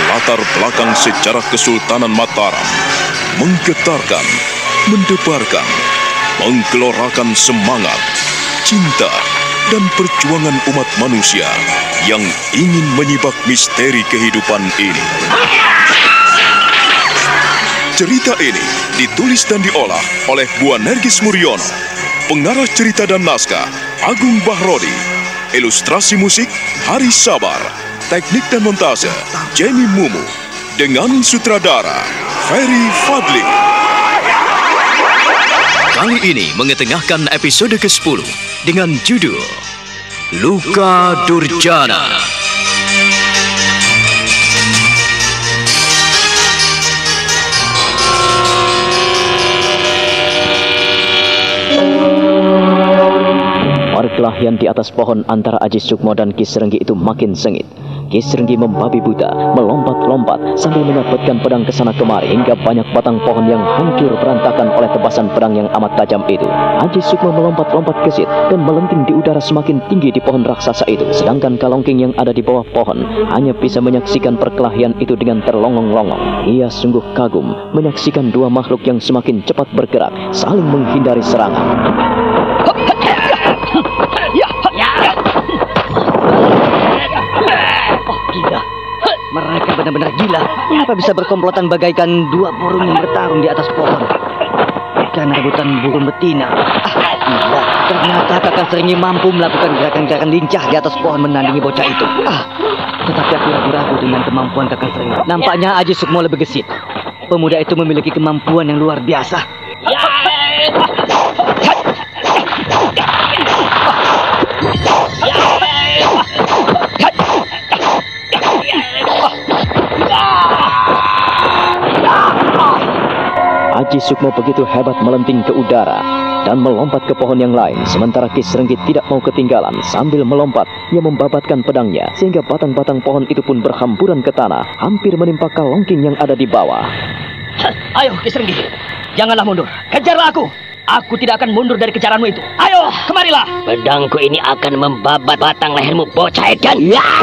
latar belakang sejarah Kesultanan Mataram, menggetarkan, mendebarkan, menggelorakan semangat, cinta, dan perjuangan umat manusia yang ingin menyibak misteri kehidupan ini. Cerita ini ditulis dan diolah oleh Bu Nergis Muriono, pengarah cerita dan naskah Agung Bahrodi, ilustrasi musik Haris Sabar, teknik dan montase Jenny Mumu, dengan sutradara Ferry Fadli. Kali ini mengetengahkan episode ke-10 dengan judul Luka Durjana. Perkelahian di atas pohon antara Aji Sukmo dan Ki Srenggi itu makin sengit. Ki Srenggi membabi buta, melompat-lompat sambil menyabetkan pedang ke sana kemari hingga banyak batang pohon yang hancur berantakan oleh tebasan pedang yang amat tajam itu. Aji Sukmo melompat-lompat gesit dan melenting di udara semakin tinggi di pohon raksasa itu, sedangkan Kalongking yang ada di bawah pohon hanya bisa menyaksikan perkelahian itu dengan terlongong-longong. Ia sungguh kagum menyaksikan dua makhluk yang semakin cepat bergerak, saling menghindari serangan. Gila, mereka benar-benar gila. Kenapa bisa berkomplotan bagaikan dua burung yang bertarung di atas pohon? Karena rebutan burung betina. Gila, ternyata Kakang Srenggi mampu melakukan gerakan-gerakan lincah di atas pohon menandingi bocah itu. Tetapi aku ragu-ragu dengan kemampuan Kakang Srenggi. Nampaknya Aji Sukmo lebih gesit. Pemuda itu memiliki kemampuan yang luar biasa. Aji Sukmo begitu hebat melenting ke udara dan melompat ke pohon yang lain, sementara Ki Srenggi tidak mau ketinggalan. Sambil melompat, ia membabatkan pedangnya sehingga batang-batang pohon itu pun berhamburan ke tanah, hampir menimpa Kalongking yang ada di bawah. Ayo Ki Srenggi, janganlah mundur, kejarlah aku. Aku tidak akan mundur dari kejaranmu itu. Ayo, kemarilah. Pedangku ini akan membabat batang lehermu, bocah edan.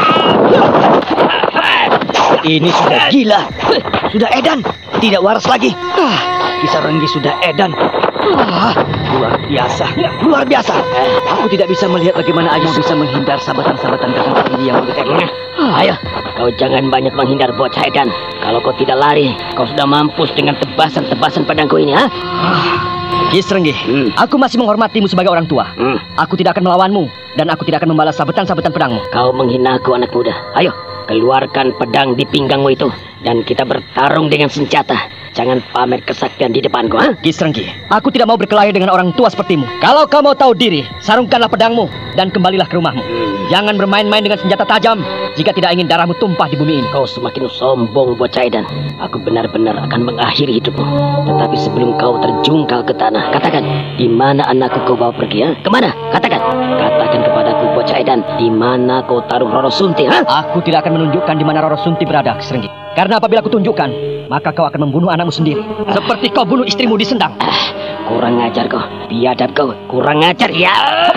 Ini sudah gila. Sudah edan, tidak waras lagi. Ki Srenggi sudah edan. Luar biasa, luar biasa. Aku tidak bisa melihat bagaimana Aji bisa menghindar sabatan-sabatan Kakang Srenggi yang begitu edan. Ayo, kau jangan banyak menghindar, bocah edan. Kalau kau tidak lari, kau sudah mampus dengan tebasan-tebasan pedangku ini, ha? Ki Srenggi, aku masih menghormatimu sebagai orang tua. Aku tidak akan melawanmu, dan aku tidak akan membalas sabetan-sabetan pedangmu. Kau menghina aku, anak muda. Ayo, keluarkan pedang di pinggangmu itu, dan kita bertarung dengan senjata. Jangan pamer kesaktian di depanku, ha? Ki Srenggi, aku tidak mau berkelahi dengan orang tua sepertimu. Kalau kau mau tahu diri, sarungkanlah pedangmu dan kembalilah ke rumahmu. Jangan bermain-main dengan senjata tajam jika tidak ingin darahmu tumpah di bumi ini. Kau semakin sombong, bocah edan. Aku benar-benar akan mengakhiri hidupmu. Tetapi sebelum kau terjungkal ke tanah, katakan, di mana anakku kau bawa pergi, ha? Kemana? Katakan. Katakan kepadaku, bocah edan, di mana kau taruh Roro Sunti, ha? Aku tidak akan menunjukkan di mana Roro Sunti berada, Ki Srenggi. Karena apabila aku tunjukkan, maka kau akan membunuh anakmu sendiri. Seperti kau bunuh istrimu di Sendang. Kurang ajar kau, biadab kau, kurang ajar, ya.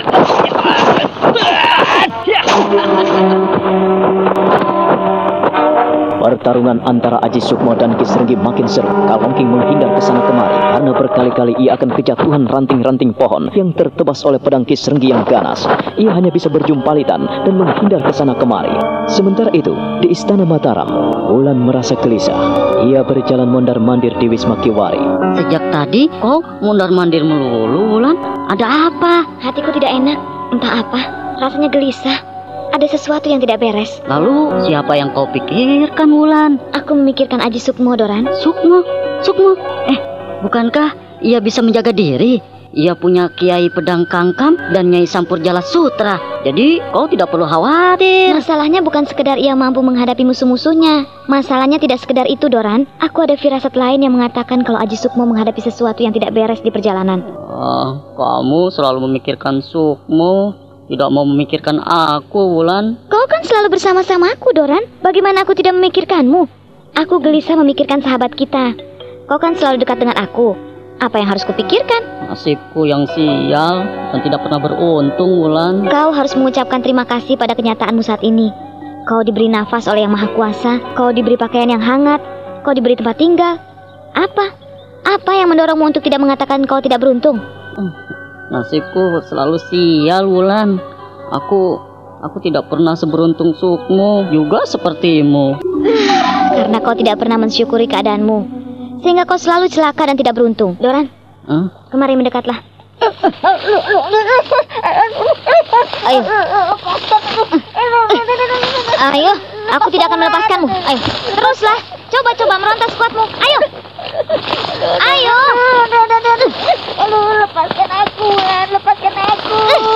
Pertarungan antara Aji Sukmo dan Ki Srenggi makin seru. Kalongking menghindar ke sana kemari karena berkali-kali ia akan kejatuhan ranting-ranting pohon yang tertebas oleh pedang Ki Srenggi yang ganas. Ia hanya bisa berjumpalitan dan menghindar ke sana kemari. Sementara itu, di Istana Mataram, Wulan merasa gelisah. Ia berjalan mondar-mandir di Wisma Kiwari. Sejak tadi kau mondar-mandir melulu, Wulan. Ada apa? Hatiku tidak enak. Entah apa, rasanya gelisah. Ada sesuatu yang tidak beres. Lalu siapa yang kau pikirkan, Wulan? Aku memikirkan Aji Sukmo, Doran. Sukmo? Bukankah ia bisa menjaga diri? Ia punya Kiai Pedang Kangkam dan Nyai Sampur Jala Sutra. Jadi kau tidak perlu khawatir. Masalahnya bukan sekedar ia mampu menghadapi musuh-musuhnya. Masalahnya tidak sekedar itu, Doran. Aku ada firasat lain yang mengatakan kalau Aji Sukmo menghadapi sesuatu yang tidak beres di perjalanan. Kamu selalu memikirkan Sukmo, tidak mau memikirkan aku, Wulan. Kau kan selalu bersama-sama aku, Doran. Bagaimana aku tidak memikirkanmu? Aku gelisah memikirkan sahabat kita. Kau kan selalu dekat dengan aku. Apa yang harus kupikirkan? Nasibku yang sial dan tidak pernah beruntung, Wulan. Kau harus mengucapkan terima kasih pada kenyataanmu saat ini. Kau diberi nafas oleh Yang Maha Kuasa, kau diberi pakaian yang hangat, kau diberi tempat tinggal. Apa? Apa yang mendorongmu untuk tidak mengatakan kau tidak beruntung? Nasibku selalu sial, Wulan. Aku tidak pernah seberuntung Sukmo, juga sepertimu. Karena kau tidak pernah mensyukuri keadaanmu, sehingga kau selalu celaka dan tidak beruntung. Doran, kemari mendekatlah. Ayo. Ayo, aku tidak akan melepaskanmu. Ayo, teruslah. Coba meronta sekuatmu. Ayo. Ayo. Lepaskan aku, Wulan. Lepaskan aku.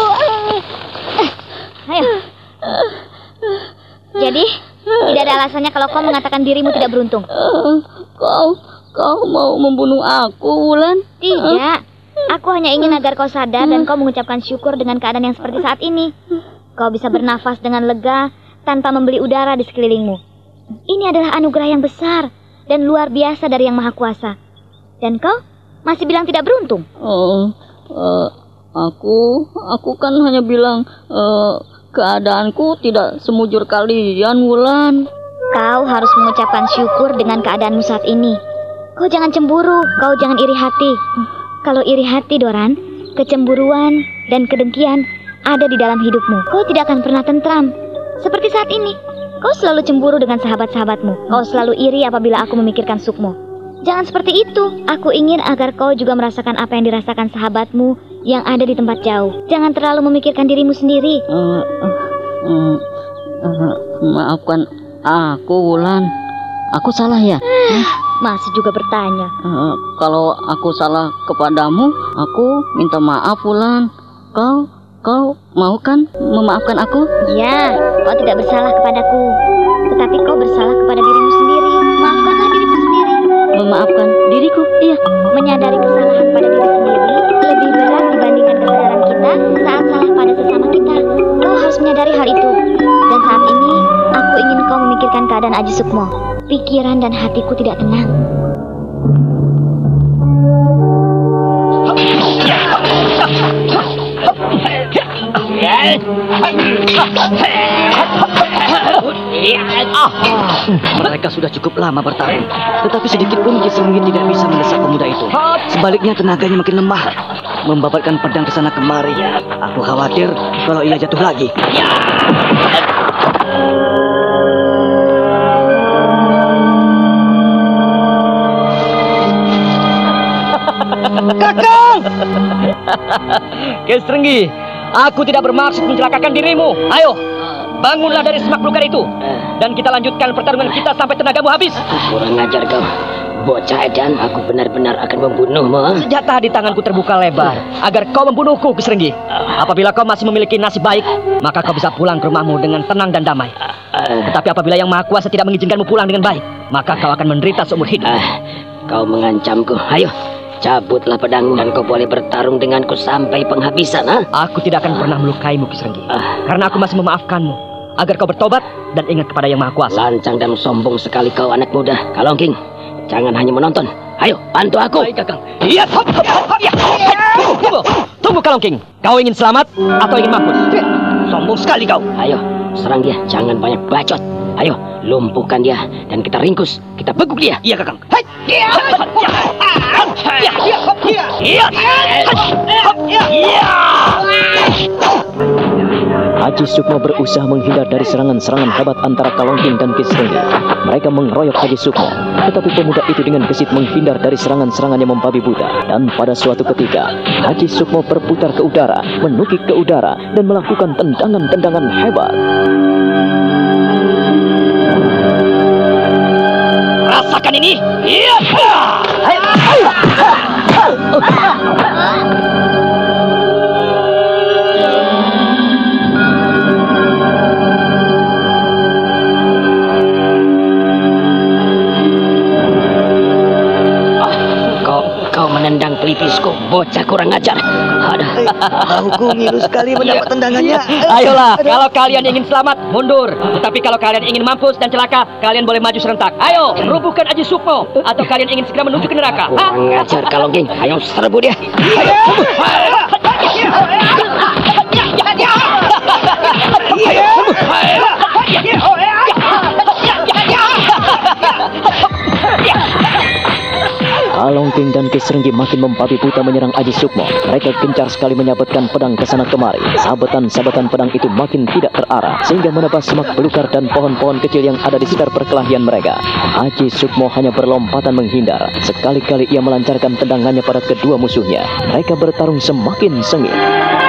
Ayo. Jadi, tidak ada alasannya kalau kau mengatakan dirimu tidak beruntung. Kau mau membunuh aku, Wulan? Tidak. Aku hanya ingin agar kau sadar dan kau mengucapkan syukur dengan keadaan yang seperti saat ini. Kau bisa bernafas dengan lega tanpa membeli udara di sekelilingmu. Ini adalah anugerah yang besar dan luar biasa dari Yang Maha Kuasa. Dan kau masih bilang tidak beruntung? Aku kan hanya bilang keadaanku tidak semujur kalian, Wulan. Kau harus mengucapkan syukur dengan keadaanmu saat ini. Kau jangan cemburu, kau jangan iri hati. Kalau iri hati, Doran, kecemburuan dan kedengkian ada di dalam hidupmu. Kau tidak akan pernah tentram. Seperti saat ini, kau selalu cemburu dengan sahabat-sahabatmu. Kau selalu iri apabila aku memikirkan Sukmo. Jangan seperti itu. Aku ingin agar kau juga merasakan apa yang dirasakan sahabatmu yang ada di tempat jauh. Jangan terlalu memikirkan dirimu sendiri. Maafkan aku, Wulan. Aku salah ya? Masih juga bertanya. Kalau aku salah kepadamu, aku minta maaf, Wulan. Kau mau kan memaafkan aku? Ya, kau tidak bersalah kepadaku, tetapi kau bersalah kepada dirimu sendiri. Maafkanlah dirimu sendiri. Memaafkan diriku? Iya. Menyadari kesalahan pada diri sendiri lebih berat dibandingkan kesadaran kita saat salah pada sesama kita. Kau harus menyadari hal itu. Dan saat ini, aku ingin kau memikirkan keadaan Aji Sukmo. Pikiran dan hatiku tidak tenang. Mereka sudah cukup lama bertarung, tetapi sedikit pun Ki Srenggit tidak bisa mendesak pemuda itu. Sebaliknya tenaganya makin lemah, membabatkan pedang ke sana kemari. Aku khawatir kalau ia jatuh lagi. Kakang! Ki Srenggi, aku tidak bermaksud mencelakakan dirimu. Ayo, bangunlah dari semak belukar itu, dan kita lanjutkan pertarungan kita sampai tenagamu habis. Kurang ajar kau, bocah edan. Aku benar-benar akan membunuhmu. Senjata di tanganku terbuka lebar agar kau membunuhku, Ki Srenggi. Apabila kau masih memiliki nasib baik, maka kau bisa pulang ke rumahmu dengan tenang dan damai. Tetapi apabila Yang Maha Kuasa tidak mengizinkanmu pulang dengan baik, maka kau akan menderita seumur hidup. Kau mengancamku. Ayo, cabutlah pedangmu dan kau boleh bertarung denganku sampai penghabisan. Aku tidak akan pernah melukaimu, Ki Srenggi, karena aku masih memaafkanmu agar kau bertobat dan ingat kepada Yang Maha Kuasa. Lancang dan sombong sekali kau, anak muda. Kalongking, jangan hanya menonton. Ayo, bantu aku. Baik, Kakang. Iya, Tunggu, Kalongking. Kau ingin selamat atau ingin mampus? Sombong sekali kau. Ayo, serang dia. Jangan banyak bacot. Ayo, lumpuhkan dia dan kita ringkus. Kita beguk dia. Iya, Kakang. Aji Sukmo berusaha menghindar dari serangan-serangan hebat antara Kalongking dan Ki Srenggi. Mereka mengeroyok Aji Sukmo, tetapi pemuda itu dengan gesit menghindar dari serangan-serangan yang membabi buta. Dan pada suatu ketika, Aji Sukmo berputar ke udara, menukik ke udara, dan melakukan tendangan-tendangan hebat. Rasakan ini! Kau menendang pelipisku, bocah kurang ajar. Bahuku ngilu sekali mendapat tendangannya. Ayolah, kalau kalian ingin selamat, mundur. Tetapi kalau kalian ingin mampus dan celaka, kalian boleh maju serentak. Ayo, rubuhkan Aji Sukmo. Atau kalian ingin segera menuju ke neraka. Kurang ajar, Kalongking. Ayo, serbu dia. Ayo. Kalongking dan Ki Srenggi makin membabi buta menyerang Aji Sukmo. Mereka gencar sekali menyabetkan pedang ke sana kemari. Sabetan-sabetan pedang itu makin tidak terarah sehingga menebas semak belukar dan pohon-pohon kecil yang ada di sekitar perkelahian mereka. Aji Sukmo hanya berlompatan menghindar. Sekali-kali ia melancarkan tendangannya pada kedua musuhnya. Mereka bertarung semakin sengit.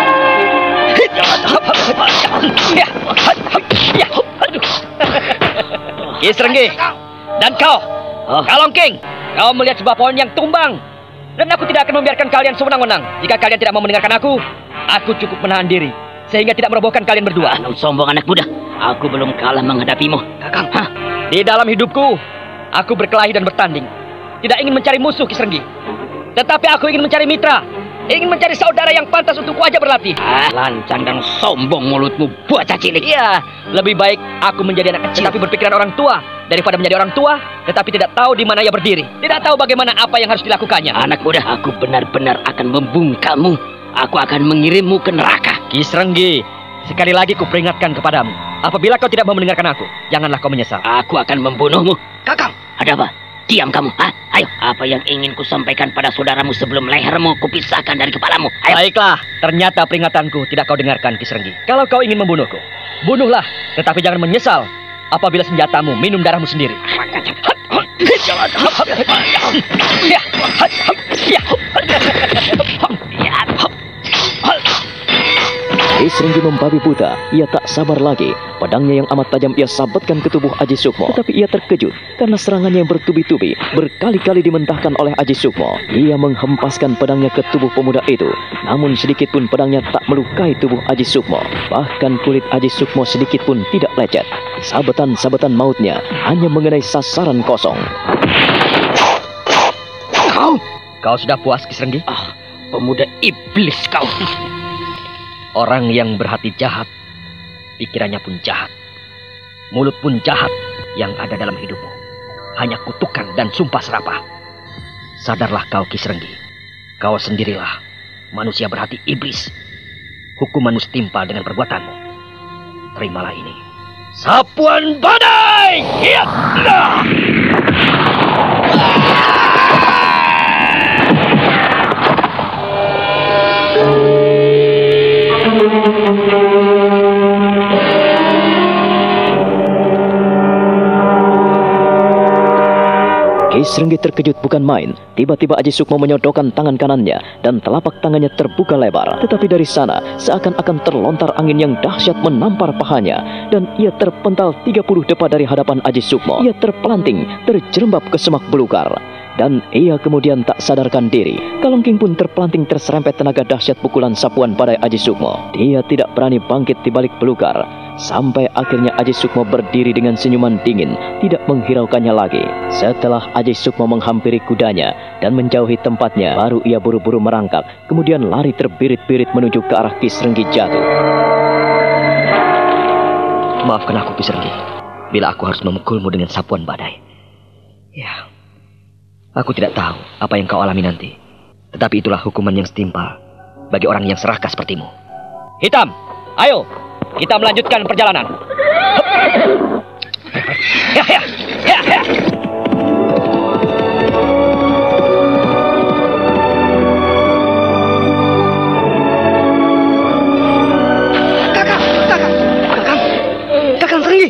Ki Srenggi dan kau, Kalongking, kau melihat sebuah pohon yang tumbang. Dan aku tidak akan membiarkan kalian sewenang-wenang. Jika kalian tidak mau mendengarkan aku cukup menahan diri sehingga tidak merobohkan kalian berdua. Sombong anak muda, aku belum kalah menghadapimu. Kakang, di dalam hidupku, aku berkelahi dan bertanding. Tidak ingin mencari musuh, Ki Srenggi. Tetapi aku ingin mencari mitra. Ingin mencari saudara yang pantas untuk kuajak berlatih. Lancang dan sombong mulutmu, bocah cilik. Iya, lebih baik aku menjadi anak kecil tapi berpikiran orang tua daripada menjadi orang tua tetapi tidak tahu di mana ia berdiri. Tidak tahu bagaimana apa yang harus dilakukannya. Anak muda, aku benar-benar akan membungkammu. Aku akan mengirimmu ke neraka. Ki Srenggi, sekali lagi kuperingatkan kepadamu. Apabila kau tidak mau mendengarkan aku, janganlah kau menyesal. Aku akan membunuhmu. Kakang, ada apa? Diam kamu, Ayo, apa yang ingin kusampaikan pada saudaramu sebelum lehermu kupisahkan dari kepalamu? Ayo. Baiklah, ternyata peringatanku tidak kau dengarkan, Ki Srenggi. Kalau kau ingin membunuhku, bunuhlah, tetapi jangan menyesal apabila senjatamu minum darahmu sendiri. Ki Srenggi membabi buta. Ia tak sabar lagi. Pedangnya yang amat tajam ia sabetkan ke tubuh Aji Sukmo. Tetapi ia terkejut karena serangannya yang bertubi-tubi berkali-kali dimentahkan oleh Aji Sukmo. Ia menghempaskan pedangnya ke tubuh pemuda itu. Namun sedikit pun pedangnya tak melukai tubuh Aji Sukmo. Bahkan kulit Aji Sukmo sedikit pun tidak lecet. Sabetan-sabetan mautnya hanya mengenai sasaran kosong. Kau sudah puas, Ki Srenggi? Pemuda iblis kau. Orang yang berhati jahat, pikirannya pun jahat, mulut pun jahat. Yang ada dalam hidupmu hanya kutukan dan sumpah serapah. Sadarlah kau, Ki Srenggi. Kau sendirilah manusia berhati iblis. Hukumanmu setimpal dengan perbuatanmu. Terimalah ini. Sapuan badai! Ki Srenggi terkejut bukan main. Tiba-tiba Aji Sukmo menyodokkan tangan kanannya dan telapak tangannya terbuka lebar. Tetapi dari sana seakan-akan terlontar angin yang dahsyat menampar pahanya dan ia terpental 30 depa dari hadapan Aji Sukmo. Ia terpelanting, terjerembab ke semak belukar. Dan ia kemudian tak sadarkan diri. Kalongking pun terpelanting terserempet tenaga dahsyat pukulan sapuan badai Aji Sukmo. Dia tidak berani bangkit di balik belukar. Sampai akhirnya Aji Sukmo berdiri dengan senyuman dingin, tidak menghiraukannya lagi. Setelah Aji Sukmo menghampiri kudanya dan menjauhi tempatnya, baru ia buru-buru merangkak, kemudian lari terbirit-birit menuju ke arah Ki Srenggi jatuh. Maafkan aku, Ki Srenggi, bila aku harus memukulmu dengan sapuan badai. Ya, aku tidak tahu apa yang kau alami nanti. Tetapi itulah hukuman yang setimpal bagi orang yang serakah sepertimu. Hitam, ayo, kita melanjutkan perjalanan. Ya. Kakang Srenggi.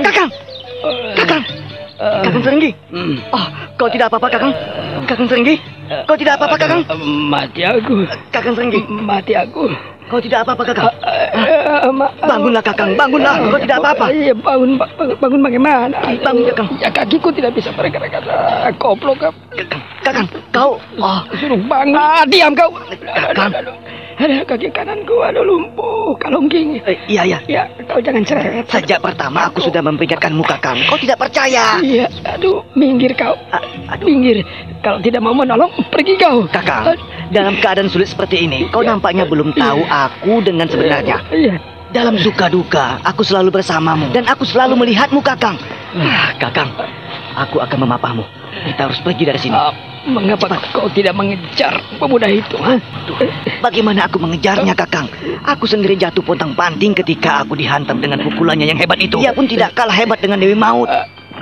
Kakang Srenggi. Kau tidak apa-apa, Kakang? Kakang Srenggi? Kau tidak apa-apa, Kakang? Mati aku. Kakang Srenggi. Mati aku. Kau tidak apa-apa, Kakang? Bangunlah, Kakang. Bangunlah. Kau tidak apa-apa. Iya, bangun bagaimana? Bangun, Kakang. Ya, kakiku tidak bisa bergerak. Koplok, Kakang, kau... Suruh bangun. Diam kau. Kakang. Ada kaki kananku, ada lumpuh. Kalongking. Iya. Ya, kau jangan cerewet. Sejak pertama aku sudah memperingatkanmu, Kakang. Kau tidak percaya. Iya, aduh, minggir kau. Minggir. Kalau tidak mau menolong, pergi kau. Kakang, dalam keadaan sulit seperti ini, kau nampaknya belum tahu aku dengan sebenarnya. Iya. Dalam suka duka, aku selalu bersamamu dan aku selalu melihatmu, Kakang. Kakang, aku akan memapahmu. Kita harus pergi dari sini. Mengapa kau tidak mengejar pemuda itu? Bagaimana aku mengejarnya, Kakang? Aku sendiri jatuh pontang-panting ketika aku dihantam dengan pukulannya yang hebat itu. Ia pun tidak kalah hebat dengan Dewi Maut.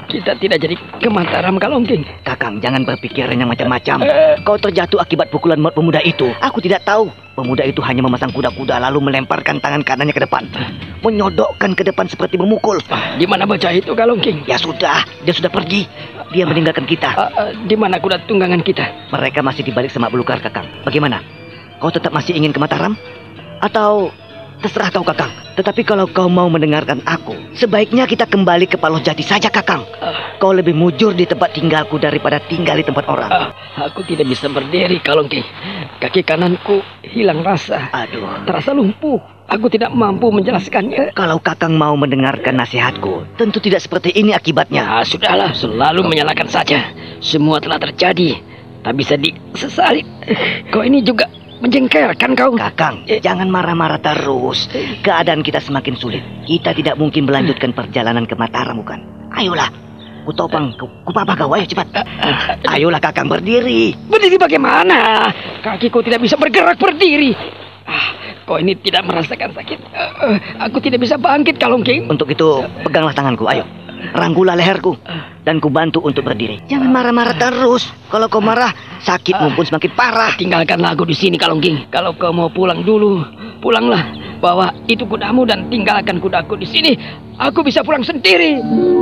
kita tidak jadi ke Mataram, Kalongking. Kakang, jangan berpikiran yang macam-macam. Kau terjatuh akibat pukulan maut pemuda itu. Aku tidak tahu. Pemuda itu hanya memasang kuda-kuda lalu melemparkan tangan kanannya ke depan. Menyodokkan ke depan seperti memukul. Di mana bocah itu, Kalongking? Ya sudah, dia sudah pergi. Dia meninggalkan kita. Di mana kuda tunggangan kita? Mereka masih di balik semak belukar, Kakang. Bagaimana? Kau tetap masih ingin ke Mataram? Atau terserah kau, Kakang. Tetapi kalau kau mau mendengarkan aku, sebaiknya kita kembali ke Paloh Jati saja, Kakang. Kau lebih mujur di tempat tinggalku daripada tinggal di tempat orang. Aku tidak bisa berdiri, Kalongking. Kaki kananku hilang rasa. Aduh. Terasa lumpuh. Aku tidak mampu menjelaskannya. Kalau Kakang mau mendengarkan nasihatku, tentu tidak seperti ini akibatnya. Sudahlah, selalu menyalahkan saja. Semua telah terjadi. Tak bisa disesali. Kau ini juga menjengkelkan kau. Kakang, jangan marah-marah terus. Keadaan kita semakin sulit. Kita tidak mungkin melanjutkan perjalanan ke Mataram, bukan? Ayolah, kutopang, kupapa kau, ayo cepat. Ayolah Kakang, berdiri. Berdiri bagaimana? Kakiku tidak bisa bergerak berdiri. Kau ini tidak merasakan sakit. Aku tidak bisa bangkit, Kalongking. Untuk itu, peganglah tanganku, ayo. Rangkulah leherku dan ku bantu untuk berdiri. Jangan marah-marah terus. Kalau kau marah, sakitmu pun semakin parah. Tinggalkanlah aku di sini, Kalongking. Kalau kau mau pulang dulu, pulanglah. Bawa itu kudamu dan tinggalkan kudaku di sini. Aku bisa pulang sendiri.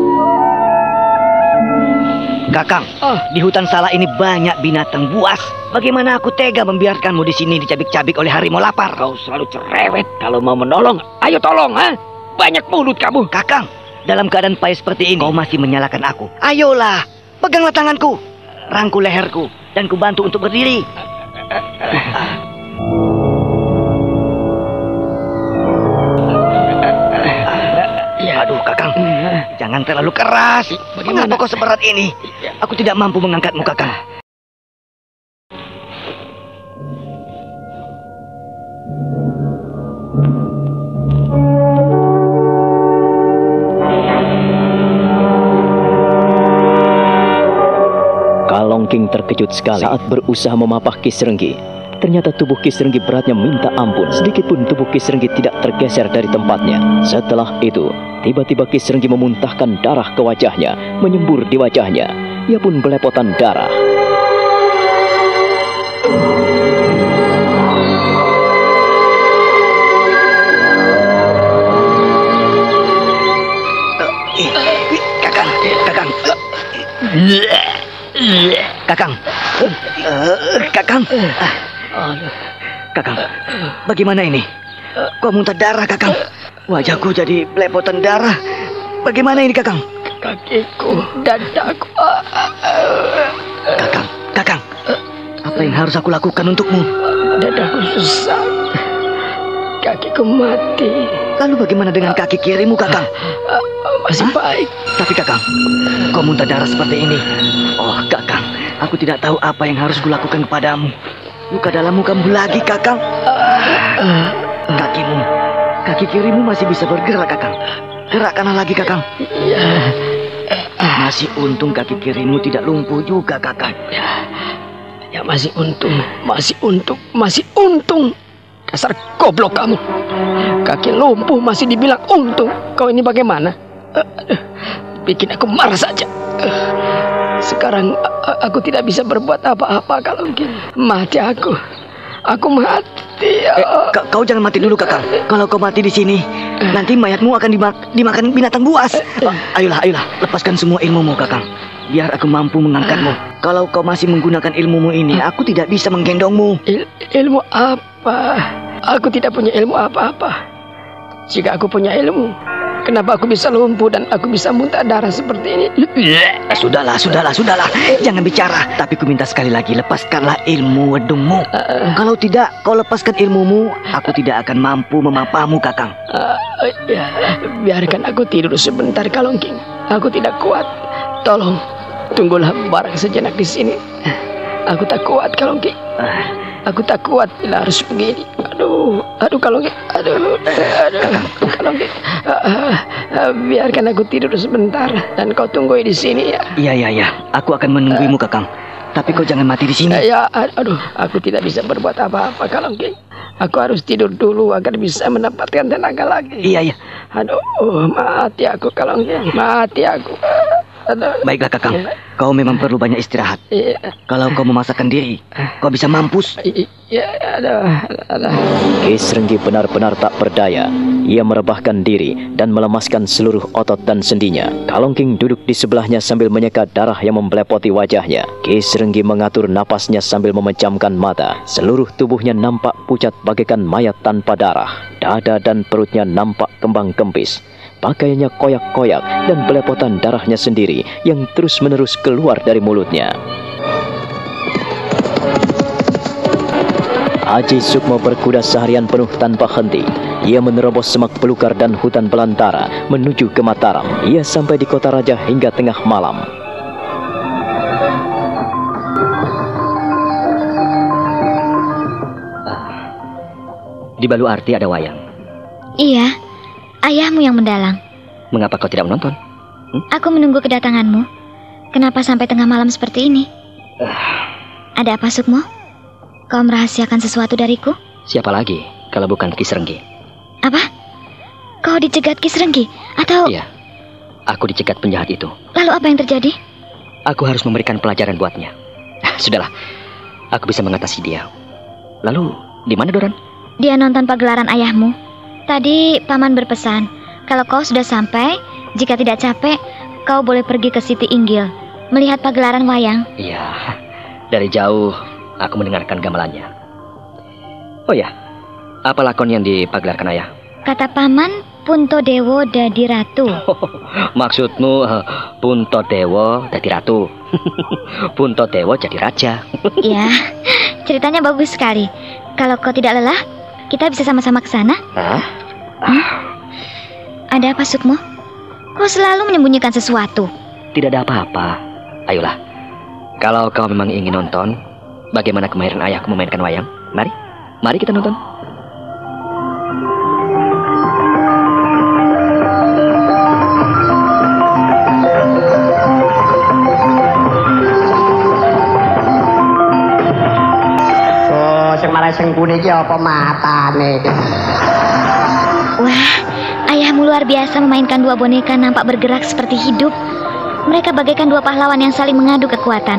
Kakang, di hutan Salak ini banyak binatang buas. Bagaimana aku tega membiarkanmu di sini dicabik-cabik oleh harimau lapar? Kau selalu cerewet. Kalau mau menolong, ayo tolong, ha? Banyak mulut kamu. Kakang, dalam keadaan payah seperti ini, kau masih menyalahkan aku. Ayolah, peganglah tanganku, rangkul leherku, dan ku bantu untuk berdiri. Aduh, Kakang, jangan terlalu keras. Mengapa kau seberat ini? Aku tidak mampu mengangkatmu, Kakang. Kalongking terkejut sekali saat berusaha memapah Ki Srenggi. Ternyata tubuh Ki Srenggi beratnya minta ampun. Sedikit pun tubuh Ki Srenggi tidak tergeser dari tempatnya. Setelah itu, tiba-tiba Ki Srenggi memuntahkan darah ke wajahnya, menyembur di wajahnya. Ia pun belepotan darah. Kakang, Kakang. Kakang. Kakang. Kakang, bagaimana ini? Kau muntah darah, Kakang. Wajahku jadi belepotan darah. Bagaimana ini, Kakang? Kakiku, dadaku. Kakang, Kakang. Apa yang harus aku lakukan untukmu? Dadaku susah. Kakiku mati. Lalu bagaimana dengan kaki kirimu, Kakang? Masih baik. Tapi Kakang, kau muntah darah seperti ini. Oh, Kakang, aku tidak tahu apa yang harus kulakukan kepadamu. Luka dalammu kambuh lagi, Kakang. Kaki kirimu masih bisa bergerak, Kakang. Gerakkanlah lagi, Kakang. Masih untung kaki kirimu tidak lumpuh juga, Kakang. Ya masih untung. Dasar goblok kamu. Kaki lumpuh masih dibilang untung. Kau ini bagaimana? Bikin aku marah saja. Sekarang aku tidak bisa berbuat apa-apa. Kalau mati aku mati. Kau jangan mati dulu, Kakang. Kalau kau mati di sini, nanti mayatmu akan dimakan binatang buas. Ayolah, lepaskan semua ilmumu, Kakang. Biar aku mampu mengangkatmu. Kalau kau masih menggunakan ilmumu ini, aku tidak bisa menggendongmu. Ilmu apa? Aku tidak punya ilmu apa-apa. Jika aku punya ilmu, kenapa aku bisa lumpuh dan aku bisa muntah darah seperti ini? Sudahlah. Jangan bicara. Tapi ku minta sekali lagi, lepaskanlah ilmu wedungmu. Kalau tidak, kau lepaskan ilmumu, aku tidak akan mampu memapahmu, Kakang. Biarkan aku tidur sebentar, Kalongking. Aku tidak kuat. Tolong, tunggulah barang sejenak di sini. Aku tak kuat, Kalongking. Aku tak kuat bila harus begini. Aduh, Kalongking. Aduh, Kalongking. Biarkan aku tidur sebentar dan kau tunggu di sini ya. Iya. Aku akan menungguimu, Kakang. Tapi kau jangan mati di sini. Aku tidak bisa berbuat apa-apa, Kalongking. Aku harus tidur dulu agar bisa mendapatkan tenaga lagi. Iya. Aduh, mati aku, Kalongking. Mati aku. Baiklah Kakang, kau memang perlu banyak istirahat. Kalau kau memaksakan diri, kau bisa mampus. Ki Srenggi benar-benar tak berdaya. Ia merebahkan diri dan melemaskan seluruh otot dan sendinya. Kalongking duduk di sebelahnya sambil menyeka darah yang membelepoti wajahnya. Ki Srenggi mengatur napasnya sambil memejamkan mata. Seluruh tubuhnya nampak pucat bagaikan mayat tanpa darah. Dada dan perutnya nampak kembang kempis. Pakaiannya koyak-koyak dan belepotan darahnya sendiri yang terus-menerus keluar dari mulutnya. Aji Sukmo berkuda seharian penuh tanpa henti. Ia menerobos semak belukar dan hutan belantara menuju ke Mataram. Ia sampai di kota raja hingga tengah malam. Di Baluarti ada wayang. Iya, ayahmu yang mendalang. Mengapa kau tidak menonton? Aku menunggu kedatanganmu. Kenapa sampai tengah malam seperti ini? Ada apa, Sukmo? Kau merahasiakan sesuatu dariku? Siapa lagi kalau bukan Ki Srenggi? Apa? Kau dicegat Ki Srenggi? Atau... Iya, aku dicegat penjahat itu. Lalu apa yang terjadi? Aku harus memberikan pelajaran buatnya. Sudahlah, aku bisa mengatasi dia. Lalu, di mana Doran? Dia nonton pagelaran ayahmu. Tadi paman berpesan, kalau kau sudah sampai, jika tidak capek, kau boleh pergi ke Siti Inggil, melihat pagelaran wayang. Iya, dari jauh aku mendengarkan gamelannya. Oh ya, apa lakon yang dipagelarkan ayah? Kata paman, Punto Dewo dadi ratu. Maksudmu Punto Dewo dadi ratu? Punto Dewo jadi raja. Ya, ceritanya bagus sekali. Kalau kau tidak lelah, kita bisa sama-sama ke sana. Ada apa, Sukmo? Kau selalu menyembunyikan sesuatu. Tidak ada apa-apa. Ayolah, kalau kau memang ingin nonton bagaimana kemahiran ayahku memainkan wayang, mari kita nonton. Sing puniki apa matane? Wah, ayahmu luar biasa memainkan dua boneka nampak bergerak seperti hidup. Mereka bagaikan dua pahlawan yang saling mengadu kekuatan.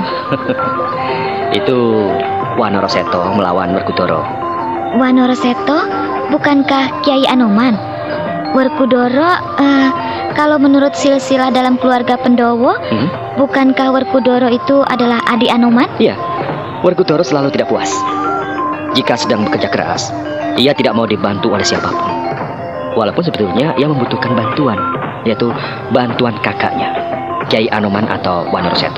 Itu Wanoro Seto melawan Werkudara. Wanoro Seto? Bukankah Kiai Anoman? Werkudara, kalau menurut silsilah dalam keluarga Pendowo, bukankah Werkudara itu adalah adik Anoman? Iya, Werkudara selalu tidak puas. Jika sedang bekerja keras, ia tidak mau dibantu oleh siapapun. Walaupun sebetulnya ia membutuhkan bantuan, yaitu bantuan kakaknya, Kiai Anoman atau Wanoro Seto.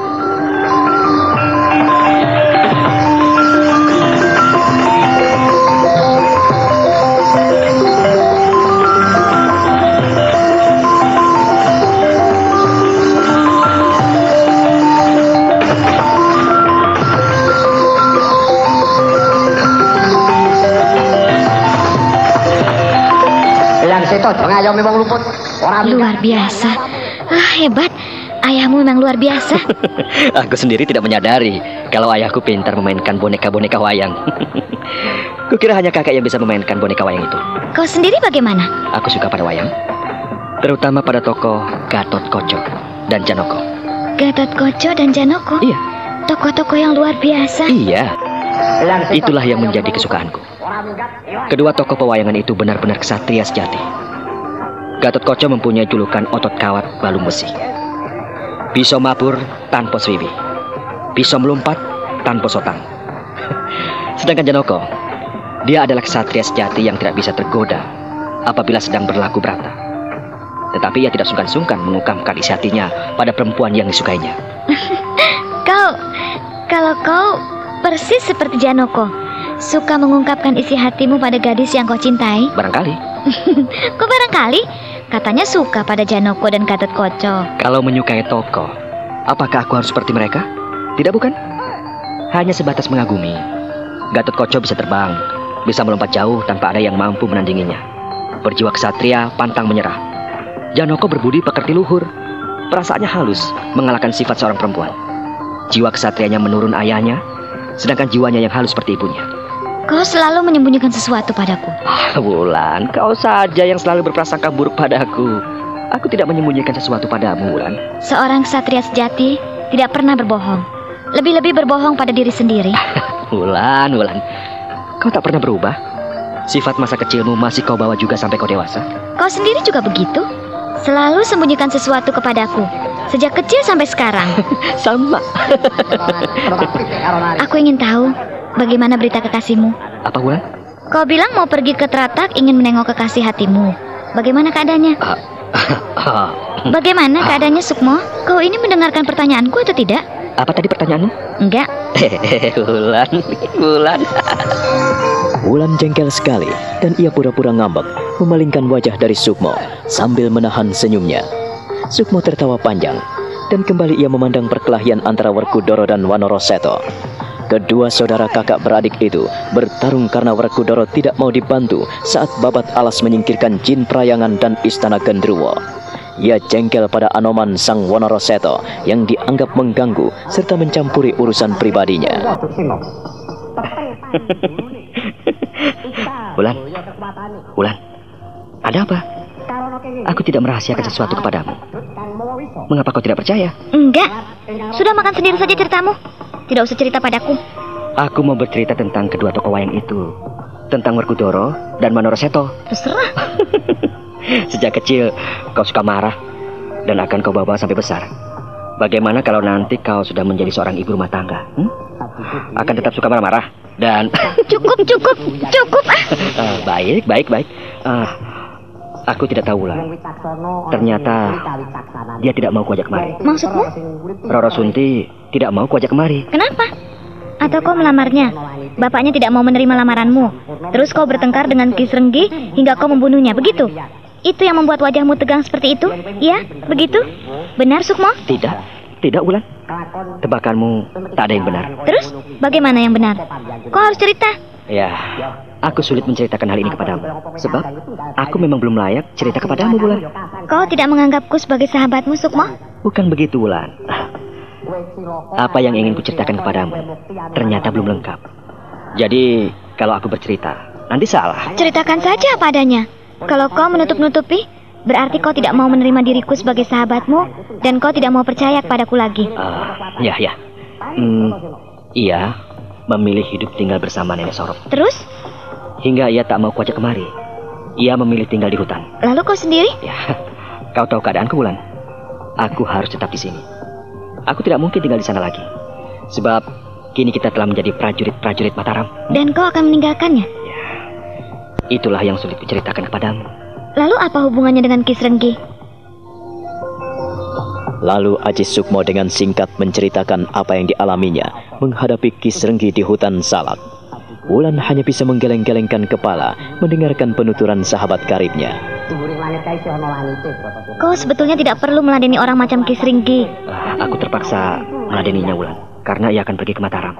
Luar biasa. Hebat. Ayahmu memang luar biasa. Aku sendiri tidak menyadari kalau ayahku pintar memainkan boneka-boneka wayang. Kukira hanya kakak yang bisa memainkan boneka wayang itu. Kau sendiri bagaimana? Aku suka pada wayang, terutama pada tokoh Gatot Koco dan Janoko. Gatot Koco dan Janoko? Iya. Tokoh-tokoh yang luar biasa. Iya. Itulah yang menjadi kesukaanku. Kedua tokoh pewayangan itu benar-benar ksatria sejati. Gatot Koco mempunyai julukan otot kawat balung besi. Bisa mabur tanpa swiwi. Bisa melompat tanpa sotang. Sedangkan Janoko, dia adalah ksatria sejati yang tidak bisa tergoda apabila sedang berlaku berata. Tetapi ia tidak sungkan-sungkan mengungkapkan isi hatinya pada perempuan yang disukainya. Kalau kau persis seperti Janoko, suka mengungkapkan isi hatimu pada gadis yang kau cintai? Barangkali. Kok barangkali? Katanya suka pada Janoko dan Gatot Koco. Kalau menyukai tokoh, apakah aku harus seperti mereka? Tidak, bukan? Hanya sebatas mengagumi. Gatot Koco bisa terbang, bisa melompat jauh tanpa ada yang mampu menandinginya. Berjiwa ksatria, pantang menyerah. Janoko berbudi pekerti luhur. Perasaannya halus, mengalahkan sifat seorang perempuan. Jiwa kesatrianya menurun ayahnya, sedangkan jiwanya yang halus seperti ibunya. Kau selalu menyembunyikan sesuatu padaku. Wulan, kau saja yang selalu berprasangka buruk padaku. Aku tidak menyembunyikan sesuatu padamu, Wulan. Seorang ksatria sejati tidak pernah berbohong. Lebih-lebih berbohong pada diri sendiri. Wulan. Kau tak pernah berubah. Sifat masa kecilmu masih kau bawa juga sampai kau dewasa. Kau sendiri juga begitu. Selalu sembunyikan sesuatu kepadaku. Sejak kecil sampai sekarang. Sama. Aku ingin tahu bagaimana berita kekasihmu. Apa, Wulan? Kau bilang mau pergi ke Teratak ingin menengok kekasih hatimu. Bagaimana keadaannya? Bagaimana keadaannya, Sukmo? Kau ini mendengarkan pertanyaanku atau tidak? Apa tadi pertanyaanmu? Enggak. Wulan. Wulan jengkel sekali dan ia pura-pura ngambek, memalingkan wajah dari Sukmo sambil menahan senyumnya. Sukmo tertawa panjang dan kembali ia memandang perkelahian antara Werkudara dan Wanaraseto. Kedua saudara kakak beradik itu bertarung karena Werkudara tidak mau dibantu saat Babat Alas menyingkirkan jin Prayangan dan Istana Gendruwo. Ia jengkel pada Anoman sang Wanaraseto yang dianggap mengganggu serta mencampuri urusan pribadinya. Wulan, ada apa? Aku tidak merahasiakan sesuatu kepadamu. Mengapa kau tidak percaya? Enggak. Sudah makan sendiri saja ceritamu. Tidak usah cerita padaku. Aku mau bercerita tentang kedua tokoh wayang itu. Tentang Werkudara dan Wanaraseto. Terserah. Sejak kecil kau suka marah dan akan kau bawa sampai besar. Bagaimana kalau nanti kau sudah menjadi seorang ibu rumah tangga? Akan tetap suka marah-marah dan... Cukup. Baik. Aku tidak tahu lah. Ternyata dia tidak mau kuajak kemari. Maksudmu? Roro Sunti tidak mau kuajak kemari. Kenapa? Atau kau melamarnya? Bapaknya tidak mau menerima lamaranmu. Terus kau bertengkar dengan Ki Srenggi hingga kau membunuhnya, begitu? Itu yang membuat wajahmu tegang seperti itu? Ya, begitu? Benar, Sukmo? Tidak, Wulan. Tebakanmu tak ada yang benar. Terus, bagaimana yang benar? Kau harus cerita. Ya, aku sulit menceritakan hal ini kepadamu. Sebab, aku memang belum layak cerita kepadamu, Wulan. Kau tidak menganggapku sebagai sahabatmu, Sukmo? Bukan begitu, Wulan. Apa yang ingin kuceritakan kepadamu ternyata belum lengkap. Jadi, kalau aku bercerita, nanti salah. Ceritakan saja apa adanya. Kalau kau menutup-nutupi, berarti kau tidak mau menerima diriku sebagai sahabatmu dan kau tidak mau percaya kepadaku lagi. Ia memilih hidup tinggal bersama Nenek Sorop. Terus? Hingga ia tak mau kuajak kemari. Ia memilih tinggal di hutan. Lalu kau sendiri? Ya, kau tahu keadaanku, Wulan. Aku harus tetap di sini. Aku tidak mungkin tinggal di sana lagi. Sebab kini kita telah menjadi prajurit-prajurit Mataram. Dan kau akan meninggalkannya? Ya, itulah yang sulit kuceritakan kepadamu. Lalu apa hubungannya dengan Ki Srenggi? Lalu Aji Sukmo dengan singkat menceritakan apa yang dialaminya menghadapi Ki Srenggi di hutan Salak. Wulan hanya bisa menggeleng-gelengkan kepala mendengarkan penuturan sahabat karibnya. Kau sebetulnya tidak perlu meladeni orang macam Ki Srenggi. Aku terpaksa meladeninya, Wulan, karena ia akan pergi ke Mataram.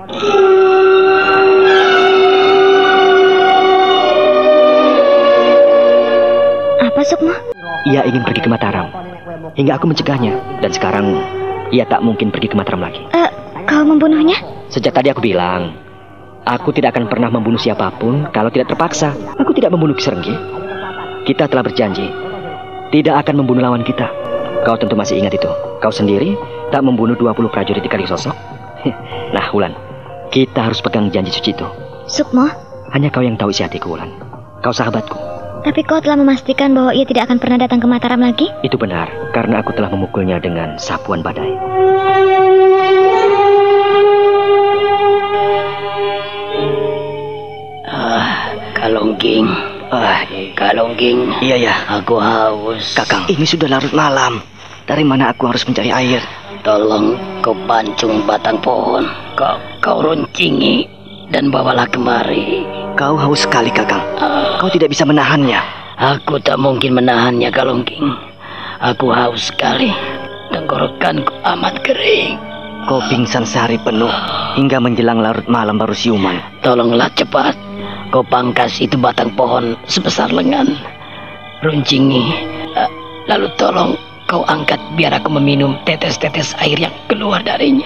Apa, Sukmo? Ia ingin pergi ke Mataram, hingga aku mencegahnya. Dan sekarang ia tak mungkin pergi ke Mataram lagi. Kau membunuhnya? Sejak tadi aku bilang, aku tidak akan pernah membunuh siapapun kalau tidak terpaksa. Aku tidak membunuh Ki Srenggi. Kita telah berjanji tidak akan membunuh lawan kita. Kau tentu masih ingat itu. Kau sendiri tak membunuh 20 prajurit di Kalisosok. Nah, Wulan, kita harus pegang janji suci itu. Sukmo? Hanya kau yang tahu isi hatiku, Wulan. Kau sahabatku. Tapi kau telah memastikan bahwa ia tidak akan pernah datang ke Mataram lagi? Itu benar, karena aku telah memukulnya dengan sapuan badai. Kalongging. Kalongging. Iya ya. Aku haus. Kakang, ini sudah larut malam. Dari mana aku harus mencari air? Tolong kau pancung batang pohon. Kau runcingi dan bawalah kemari. Kau haus sekali, Kakang. Kau tidak bisa menahannya. Aku tak mungkin menahannya, Kalongging. Aku haus sekali. Tenggorokanku amat kering. Kau pingsan sehari penuh hingga menjelang larut malam baru siuman. Tolonglah cepat. Kau pangkas itu batang pohon sebesar lengan. Runcingi. Lalu tolong kau angkat biar aku meminum tetes-tetes air yang keluar darinya.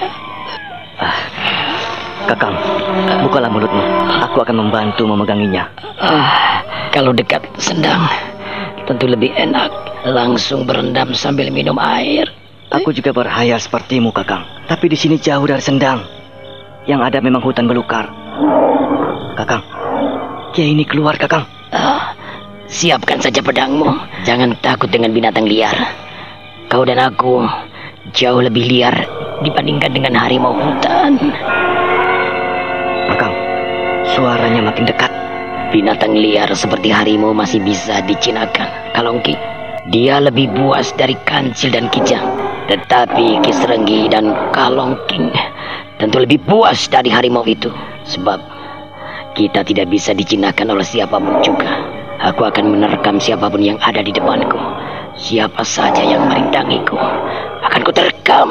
Kakang, bukalah mulutmu. Aku akan membantu memeganginya. Kalau dekat sendang, tentu lebih enak. langsung berendam sambil minum air. Aku juga berhayal sepertimu, Kakang. Tapi di sini jauh dari Sendang. Yang ada memang hutan belukar. Kakang, Kiai ini keluar, Kakang. Siapkan saja pedangmu. Jangan takut dengan binatang liar. Kau dan aku jauh lebih liar dibandingkan dengan harimau hutan. Kakang, suaranya makin dekat. Binatang liar seperti harimau masih bisa dijinakan. Kalongking, dia lebih buas dari Kancil dan Kijang. Tetapi Ki Srenggi dan Kalongking tentu lebih buas dari harimau itu. Sebab kita tidak bisa dijinakan oleh siapapun juga. Aku akan menerkam siapapun yang ada di depanku. Siapa saja yang merintangiku akan kuterkam.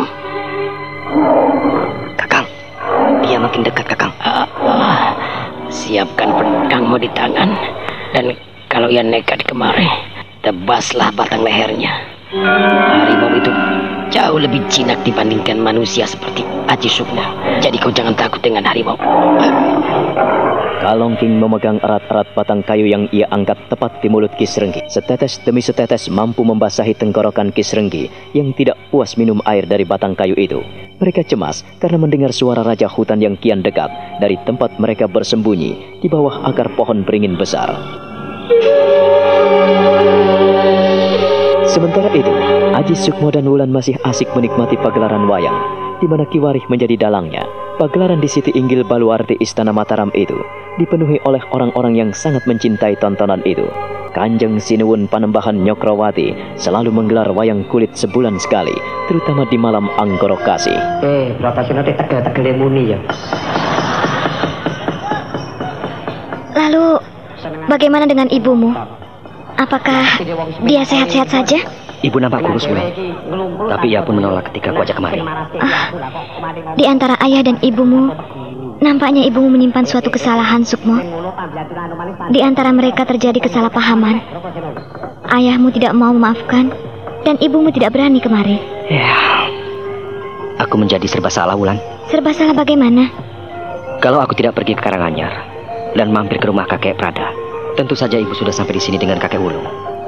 Kakang, dia makin dekat, Kakang. Siapkan pedangmu di tangan. Dan kalau ia nekat kemari, tebaslah batang lehernya. Harimau itu jauh lebih jinak dibandingkan manusia seperti Aji Sukmo. Jadi kau jangan takut dengan harimau. Kalongking memegang erat-erat batang kayu yang ia angkat tepat di mulut Ki Srenggi. Setetes demi setetes mampu membasahi tenggorokan Ki Srenggi yang tidak puas minum air dari batang kayu itu. Mereka cemas karena mendengar suara raja hutan yang kian dekat dari tempat mereka bersembunyi di bawah akar pohon beringin besar. Sementara itu, Aji Sukmo dan Wulan masih asik menikmati pagelaran wayang, di mana Ki Warih menjadi dalangnya. Pagelaran di Siti Inggil Baluarti Istana Mataram itu dipenuhi oleh orang-orang yang sangat mencintai tontonan itu. Kanjeng Sinuwun Panembahan Nyokrawati selalu menggelar wayang kulit sebulan sekali, terutama di malam Anggoro Kasih. tegel muni ya. Lalu, bagaimana dengan ibumu? Apakah dia sehat-sehat saja? Ibu nampak kurus, Wulan. Tapi ia pun menolak ketika aku ajak kemari. Di antara ayah dan ibumu, nampaknya ibumu menyimpan suatu kesalahan, Sukmo. Di antara mereka terjadi kesalahpahaman. Ayahmu tidak mau memaafkan, dan ibumu tidak berani kemari. Ya, aku menjadi serba salah, Wulan. Serba salah bagaimana? Kalau aku tidak pergi ke Karanganyar dan mampir ke rumah kakek Prada, tentu saja ibu sudah sampai di sini dengan kakek Wulung.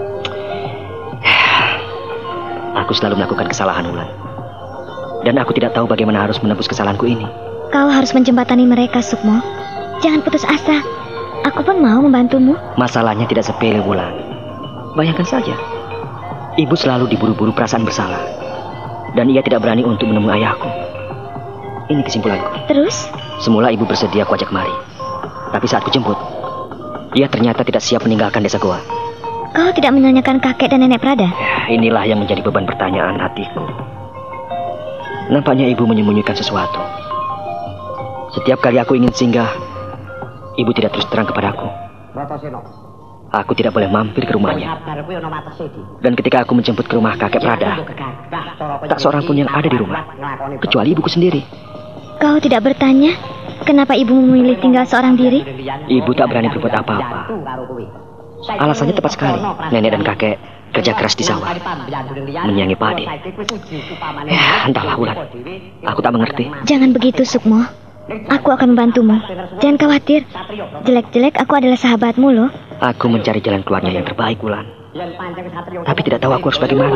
Aku selalu melakukan kesalahan, Wulan. Dan aku tidak tahu bagaimana harus menebus kesalahanku ini. Kau harus menjembatani mereka, Sukmo. Jangan putus asa. Aku pun mau membantumu. Masalahnya tidak sepele, Wulan. Bayangkan saja, ibu selalu diburu-buru perasaan bersalah. Dan ia tidak berani untuk menemui ayahku. Ini kesimpulanku. Terus? Semula ibu bersedia aku ajak kemari. Tapi saat ku jemput, ia ternyata tidak siap meninggalkan desa Goa. Kau tidak menanyakan kakek dan nenek Prada? Inilah yang menjadi beban pertanyaan hatiku. Nampaknya ibu menyembunyikan sesuatu. Setiap kali aku ingin singgah, ibu tidak terus terang kepadaku. Aku tidak boleh mampir ke rumahnya. Dan ketika aku menjemput ke rumah kakek Prada, tak seorang pun yang ada di rumah, kecuali ibuku sendiri. Kau tidak bertanya, kenapa ibu memilih tinggal seorang diri? Ibu tak berani berbuat apa-apa. Alasannya tepat sekali. Nenek dan kakek kerja keras di sawah, menyayangi padi. Ya, entahlah, Wulan. Aku tak mengerti. Jangan begitu, Sukmo. Aku akan membantumu. Jangan khawatir. Jelek-jelek aku adalah sahabatmu loh. Aku mencari jalan keluarnya yang terbaik, Wulan. Tapi tidak tahu aku harus bagaimana.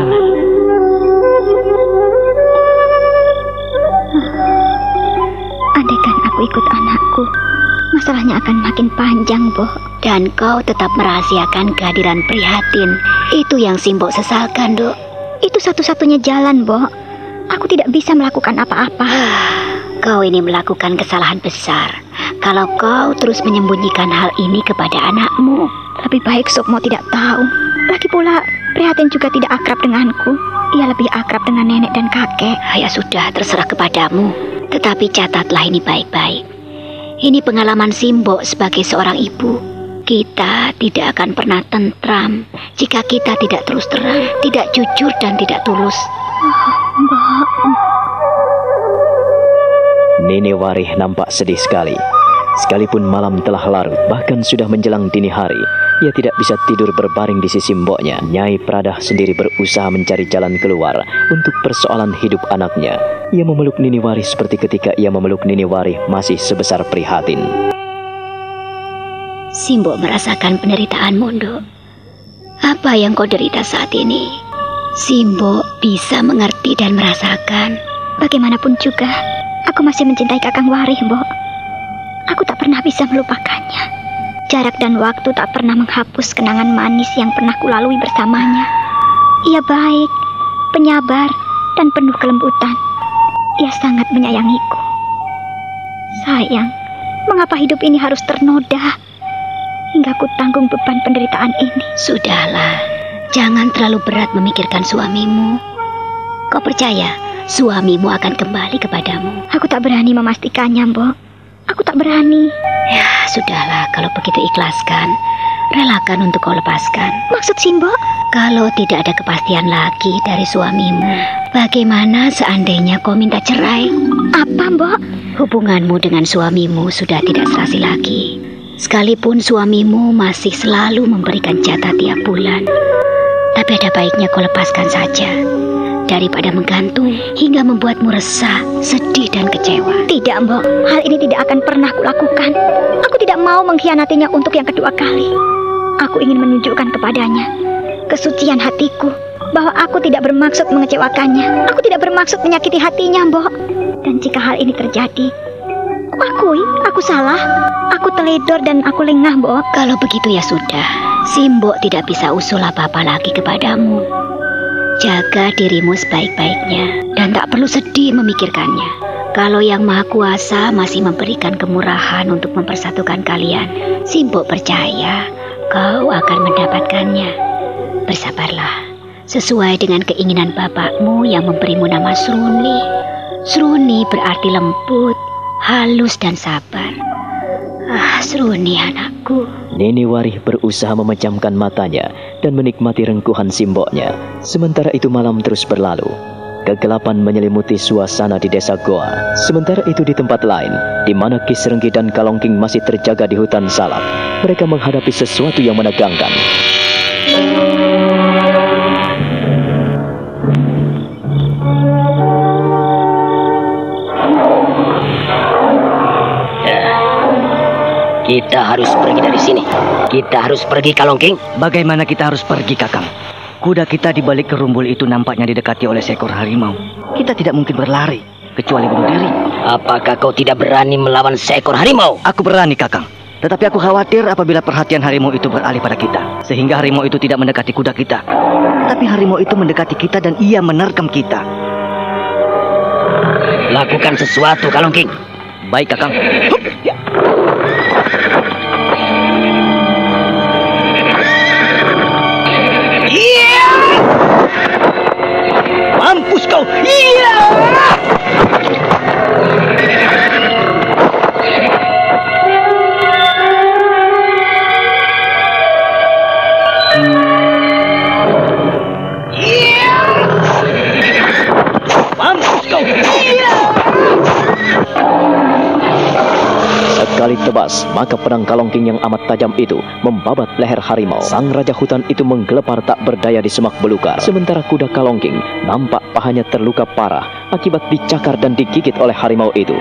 Andaikan aku ikut anakku, masalahnya akan makin panjang, Bo. Dan kau tetap merahasiakan kehadiran Prihatin. Itu yang Simbok sesalkan, Dok. Itu satu-satunya jalan, Bo. Aku tidak bisa melakukan apa-apa. Kau ini melakukan kesalahan besar kalau kau terus menyembunyikan hal ini kepada anakmu. Lebih baik Sukmo tidak tahu. Lagi pula, Prihatin juga tidak akrab denganku. Ia lebih akrab dengan nenek dan kakek. Ya sudah, terserah kepadamu. Tetapi catatlah ini baik-baik. Ini pengalaman Simbok sebagai seorang ibu. Kita tidak akan pernah tentram jika kita tidak terus terang, tidak jujur dan tidak tulus. Mbak. Nini Warih nampak sedih sekali. Sekalipun malam telah larut, bahkan sudah menjelang dini hari, ia tidak bisa tidur berbaring di sisi mboknya. Nyai Pradah sendiri berusaha mencari jalan keluar untuk persoalan hidup anaknya. Ia memeluk Nini Warih seperti ketika ia memeluk Nini Warih masih sebesar Prihatin. Simbok merasakan penderitaanmu, Dok. Apa yang kau derita saat ini? Simbo bisa mengerti dan merasakan. Bagaimanapun juga, aku masih mencintai Kakang Warih, Mbok. Aku tak pernah bisa melupakannya. Jarak dan waktu tak pernah menghapus kenangan manis yang pernah kulalui bersamanya. Ia baik, penyabar, dan penuh kelembutan. Ia sangat menyayangiku. Sayang, mengapa hidup ini harus ternoda hingga ku tanggung beban penderitaan ini? Sudahlah, jangan terlalu berat memikirkan suamimu. Kau percaya suamimu akan kembali kepadamu? Aku tak berani memastikannya, Mbok. Aku tak berani. Ya, sudahlah, kalau begitu ikhlaskan. Relakan untuk kau lepaskan. Maksud Simbo? Kalau tidak ada kepastian lagi dari suamimu, bagaimana seandainya kau minta cerai? Apa, Mbok? Hubunganmu dengan suamimu sudah tidak serasi lagi. Sekalipun suamimu masih selalu memberikan jatah tiap bulan. Tapi ada baiknya kau lepaskan saja, daripada menggantung hingga membuatmu resah, sedih, dan kecewa. Tidak, Mbok. Hal ini tidak akan pernah kulakukan. Aku tidak mau mengkhianatinya untuk yang kedua kali. Aku ingin menunjukkan kepadanya kesucian hatiku, bahwa aku tidak bermaksud mengecewakannya. Aku tidak bermaksud menyakiti hatinya, Mbok. Dan jika hal ini terjadi, akui, aku salah. Aku teledor dan aku lengah, Mbok. Kalau begitu ya sudah. Simbo tidak bisa usul apa-apa lagi kepadamu. Jaga dirimu sebaik-baiknya dan tak perlu sedih memikirkannya. Kalau Yang Maha Kuasa masih memberikan kemurahan untuk mempersatukan kalian, Simbo percaya kau akan mendapatkannya. Bersabarlah, sesuai dengan keinginan bapakmu yang memberimu nama Sruni. Sruni berarti lembut, halus, dan sabar. Ah, Sruni anakku. Nini Warih berusaha memejamkan matanya dan menikmati rengkuhan Simboknya. Sementara itu malam terus berlalu. Kegelapan menyelimuti suasana di desa Goa. Sementara itu di tempat lain, di mana Ki Srenggi dan Kalongking masih terjaga di hutan Salak, mereka menghadapi sesuatu yang menegangkan. Kita harus pergi dari sini. Kita harus pergi, Kalongking. Bagaimana kita harus pergi, Kakang? Kuda kita di balik kerumbul itu nampaknya didekati oleh seekor harimau. Kita tidak mungkin berlari, kecuali bunuh diri. Apakah kau tidak berani melawan seekor harimau? Aku berani, Kakang. Tetapi aku khawatir apabila perhatian harimau itu beralih pada kita, sehingga harimau itu tidak mendekati kuda kita. Tetapi harimau itu mendekati kita dan ia menerkam kita. Lakukan sesuatu, Kalongking. Baik, Kakang. Hup, ya. Iya! Mampus kau! Iya! Iya! Mampus kau! Iya! Sekali tebas, maka pedang Kalongking yang amat tajam itu membabat leher harimau. Sang raja hutan itu menggelepar tak berdaya di semak belukar. Sementara kuda Kalongking nampak pahanya terluka parah akibat dicakar dan digigit oleh harimau itu.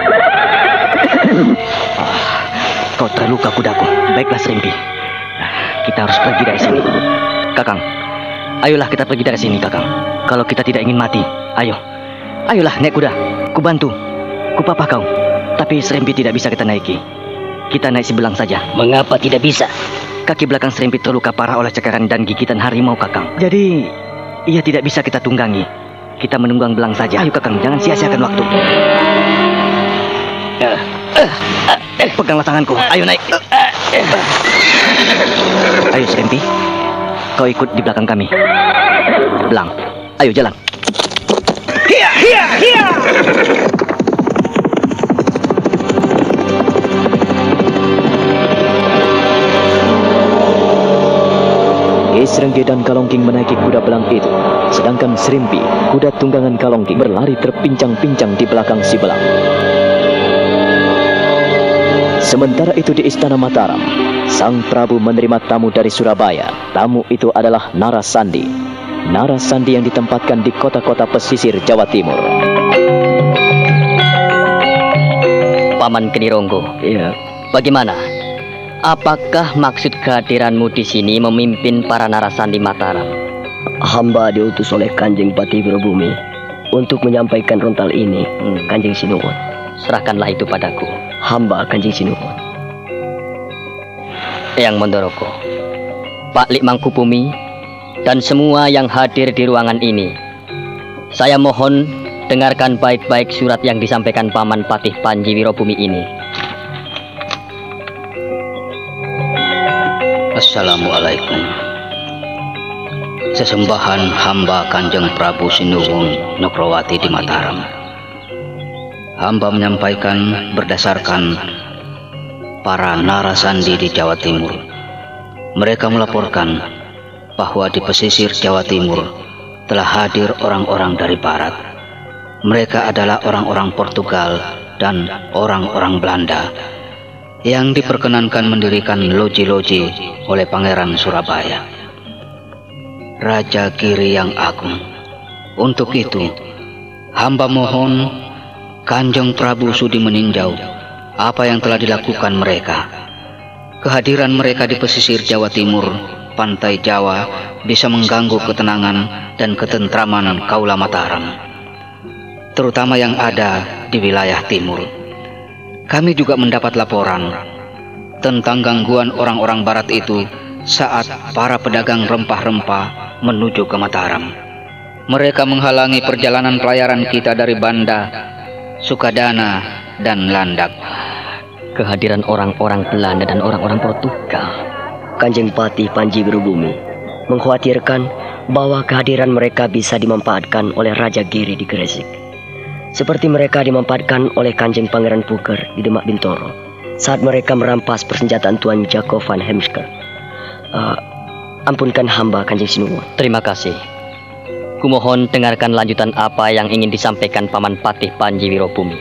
Kau terluka, kudaku. Baiklah, Srimpi. Kita harus pergi dari sini. Kakang, ayolah kita pergi dari sini, Kakang. Kalau kita tidak ingin mati, ayo. Ayolah, naik kuda. Ku bantu. Ku papah kau. Tapi Srimpi tidak bisa kita naiki. Kita naik sebelang saja. Mengapa tidak bisa? Kaki belakang Srimpi terluka parah oleh cakaran dan gigitan harimau, Kakang. Jadi, ia tidak bisa kita tunggangi. Kita menunggang belang saja. Ayo, Kakang, jangan sia-siakan waktu. Peganglah tanganku. Ayo naik. Ayo, Srimpi. Kau ikut di belakang kami. Belang. Ayo, jalan. Hiya, hiya, hiya. Ki Srenggi dan Kalongking menaiki kuda belang itu, sedangkan Srimpi, kuda tunggangan Kalongking, berlari terpincang-pincang di belakang si belang. Sementara itu di Istana Mataram, Sang Prabu menerima tamu dari Surabaya. Tamu itu adalah Narasandi. Narasandi yang ditempatkan di kota-kota pesisir Jawa Timur. Paman Kedhironggo. Iya. Bagaimana? Apakah maksud kehadiranmu di sini memimpin para Narasandi Mataram? Hamba diutus oleh Kanjeng Patih Wirobumi untuk menyampaikan rontal ini, Kanjeng Sinuwun. Serahkanlah itu padaku. Hamba Kanjeng Sinuwun. Eyang Mondoroko, Pak Lik Mangkubumi, dan semua yang hadir di ruangan ini, saya mohon dengarkan baik-baik surat yang disampaikan Paman Patih Panji Wirobumi ini. Assalamualaikum. Sesembahan hamba Kanjeng Prabu Sinuwun Nokrawati di Mataram. Hamba menyampaikan berdasarkan para narasandi di Jawa Timur. Mereka melaporkan bahwa di pesisir Jawa Timur telah hadir orang-orang dari barat. Mereka adalah orang-orang Portugal dan orang-orang Belanda yang diperkenankan mendirikan loji-loji oleh Pangeran Surabaya, Raja Giri yang Agung. Untuk itu, hamba mohon Kanjeng Prabu sudi meninjau apa yang telah dilakukan mereka. Kehadiran mereka di pesisir Jawa Timur, pantai Jawa, bisa mengganggu ketenangan dan ketentraman Kaula Mataram, terutama yang ada di wilayah timur. Kami juga mendapat laporan tentang gangguan orang-orang barat itu saat para pedagang rempah-rempah menuju ke Mataram. Mereka menghalangi perjalanan pelayaran kita dari Banda, Sukadana, dan Landak. Kehadiran orang-orang Belanda dan orang-orang Portugal. Kanjeng Patih Panji Wirobumi mengkhawatirkan bahwa kehadiran mereka bisa dimanfaatkan oleh Raja Giri di Gresik, seperti mereka dimanfaatkan oleh Kanjeng Pangeran Puger di Demak Bintoro saat mereka merampas persenjataan Tuan Jacob van Hemsker. Ampunkan hamba Kanjeng Sinuwun. Terima kasih. Kumohon dengarkan lanjutan apa yang ingin disampaikan Paman Patih Panji Wirobumi.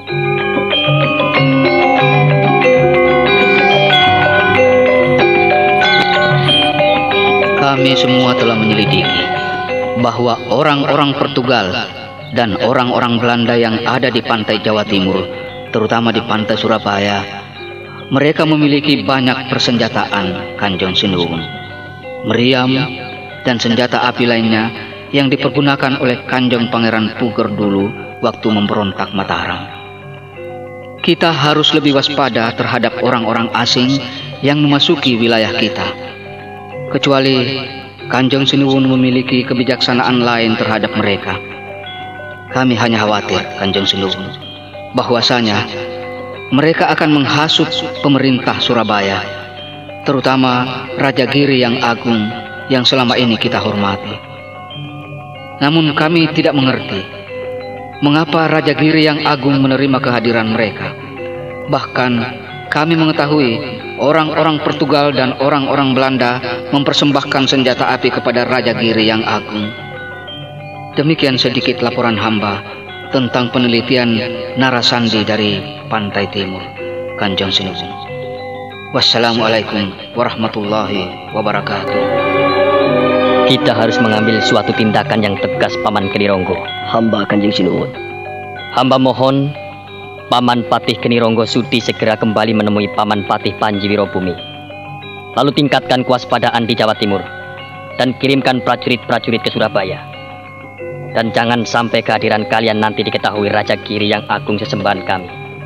Kami semua telah menyelidiki bahwa orang-orang Portugal dan orang-orang Belanda yang ada di pantai Jawa Timur, terutama di pantai Surabaya, mereka memiliki banyak persenjataan, Kanjeng Sinuwun, meriam, dan senjata api lainnya yang dipergunakan oleh Kanjeng Pangeran Puger dulu waktu memberontak Mataram. Kita harus lebih waspada terhadap orang-orang asing yang memasuki wilayah kita. Kecuali Kanjeng Sinuwun memiliki kebijaksanaan lain terhadap mereka. Kami hanya khawatir, Kanjeng Sinuwun, bahwasanya mereka akan menghasut pemerintah Surabaya, terutama Raja Giri yang Agung yang selama ini kita hormati. Namun kami tidak mengerti mengapa Raja Giri yang Agung menerima kehadiran mereka. Bahkan kami mengetahui orang-orang Portugal dan orang-orang Belanda mempersembahkan senjata api kepada Raja Giri yang Agung. Demikian sedikit laporan hamba tentang penelitian narasandi dari pantai timur, Kanjeng Sinuwun. Wassalamualaikum warahmatullahi wabarakatuh. Kita harus mengambil suatu tindakan yang tegas, Paman Kenironggo. Hamba Kanjeng Sinuwun. Hamba mohon Paman Patih Kenironggo sudi segera kembali menemui Paman Patih Panji Wirobumi. Lalu tingkatkan kewaspadaan di Jawa Timur dan kirimkan prajurit-prajurit ke Surabaya. Dan jangan sampai kehadiran kalian nanti diketahui Raja Giri yang Agung sesembahan kami.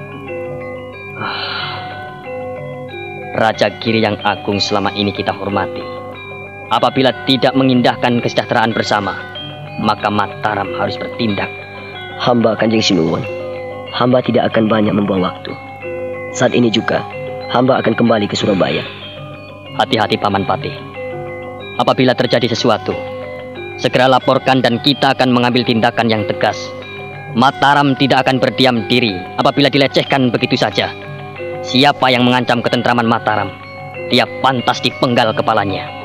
Raja Giri yang Agung selama ini kita hormati. Apabila tidak mengindahkan kesejahteraan bersama, maka Mataram harus bertindak. Hamba Kanjeng Sinuwun, hamba tidak akan banyak membuang waktu. Saat ini juga, hamba akan kembali ke Surabaya. Hati-hati Paman Patih. Apabila terjadi sesuatu, segera laporkan dan kita akan mengambil tindakan yang tegas. Mataram tidak akan berdiam diri apabila dilecehkan begitu saja. Siapa yang mengancam ketentraman Mataram, dia pantas dipenggal kepalanya.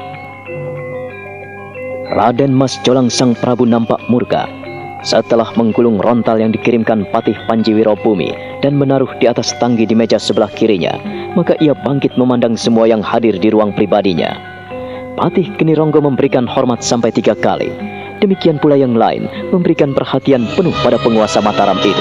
Raden Mas Jolang Sang Prabu nampak murka setelah menggulung rontal yang dikirimkan Patih Panji Wirobumi dan menaruh di atas tanggi di meja sebelah kirinya. Maka ia bangkit memandang semua yang hadir di ruang pribadinya. Patih Kenironggo memberikan hormat sampai 3 kali. Demikian pula yang lain memberikan perhatian penuh pada penguasa Mataram itu.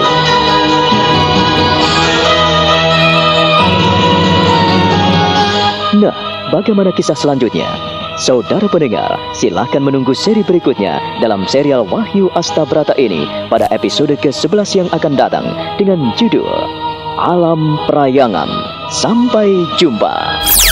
Nah, bagaimana kisah selanjutnya? Saudara pendengar, silahkan menunggu seri berikutnya dalam serial Wahyu Astabrata ini pada episode ke-11 yang akan datang dengan judul Alam Perayangan. Sampai jumpa.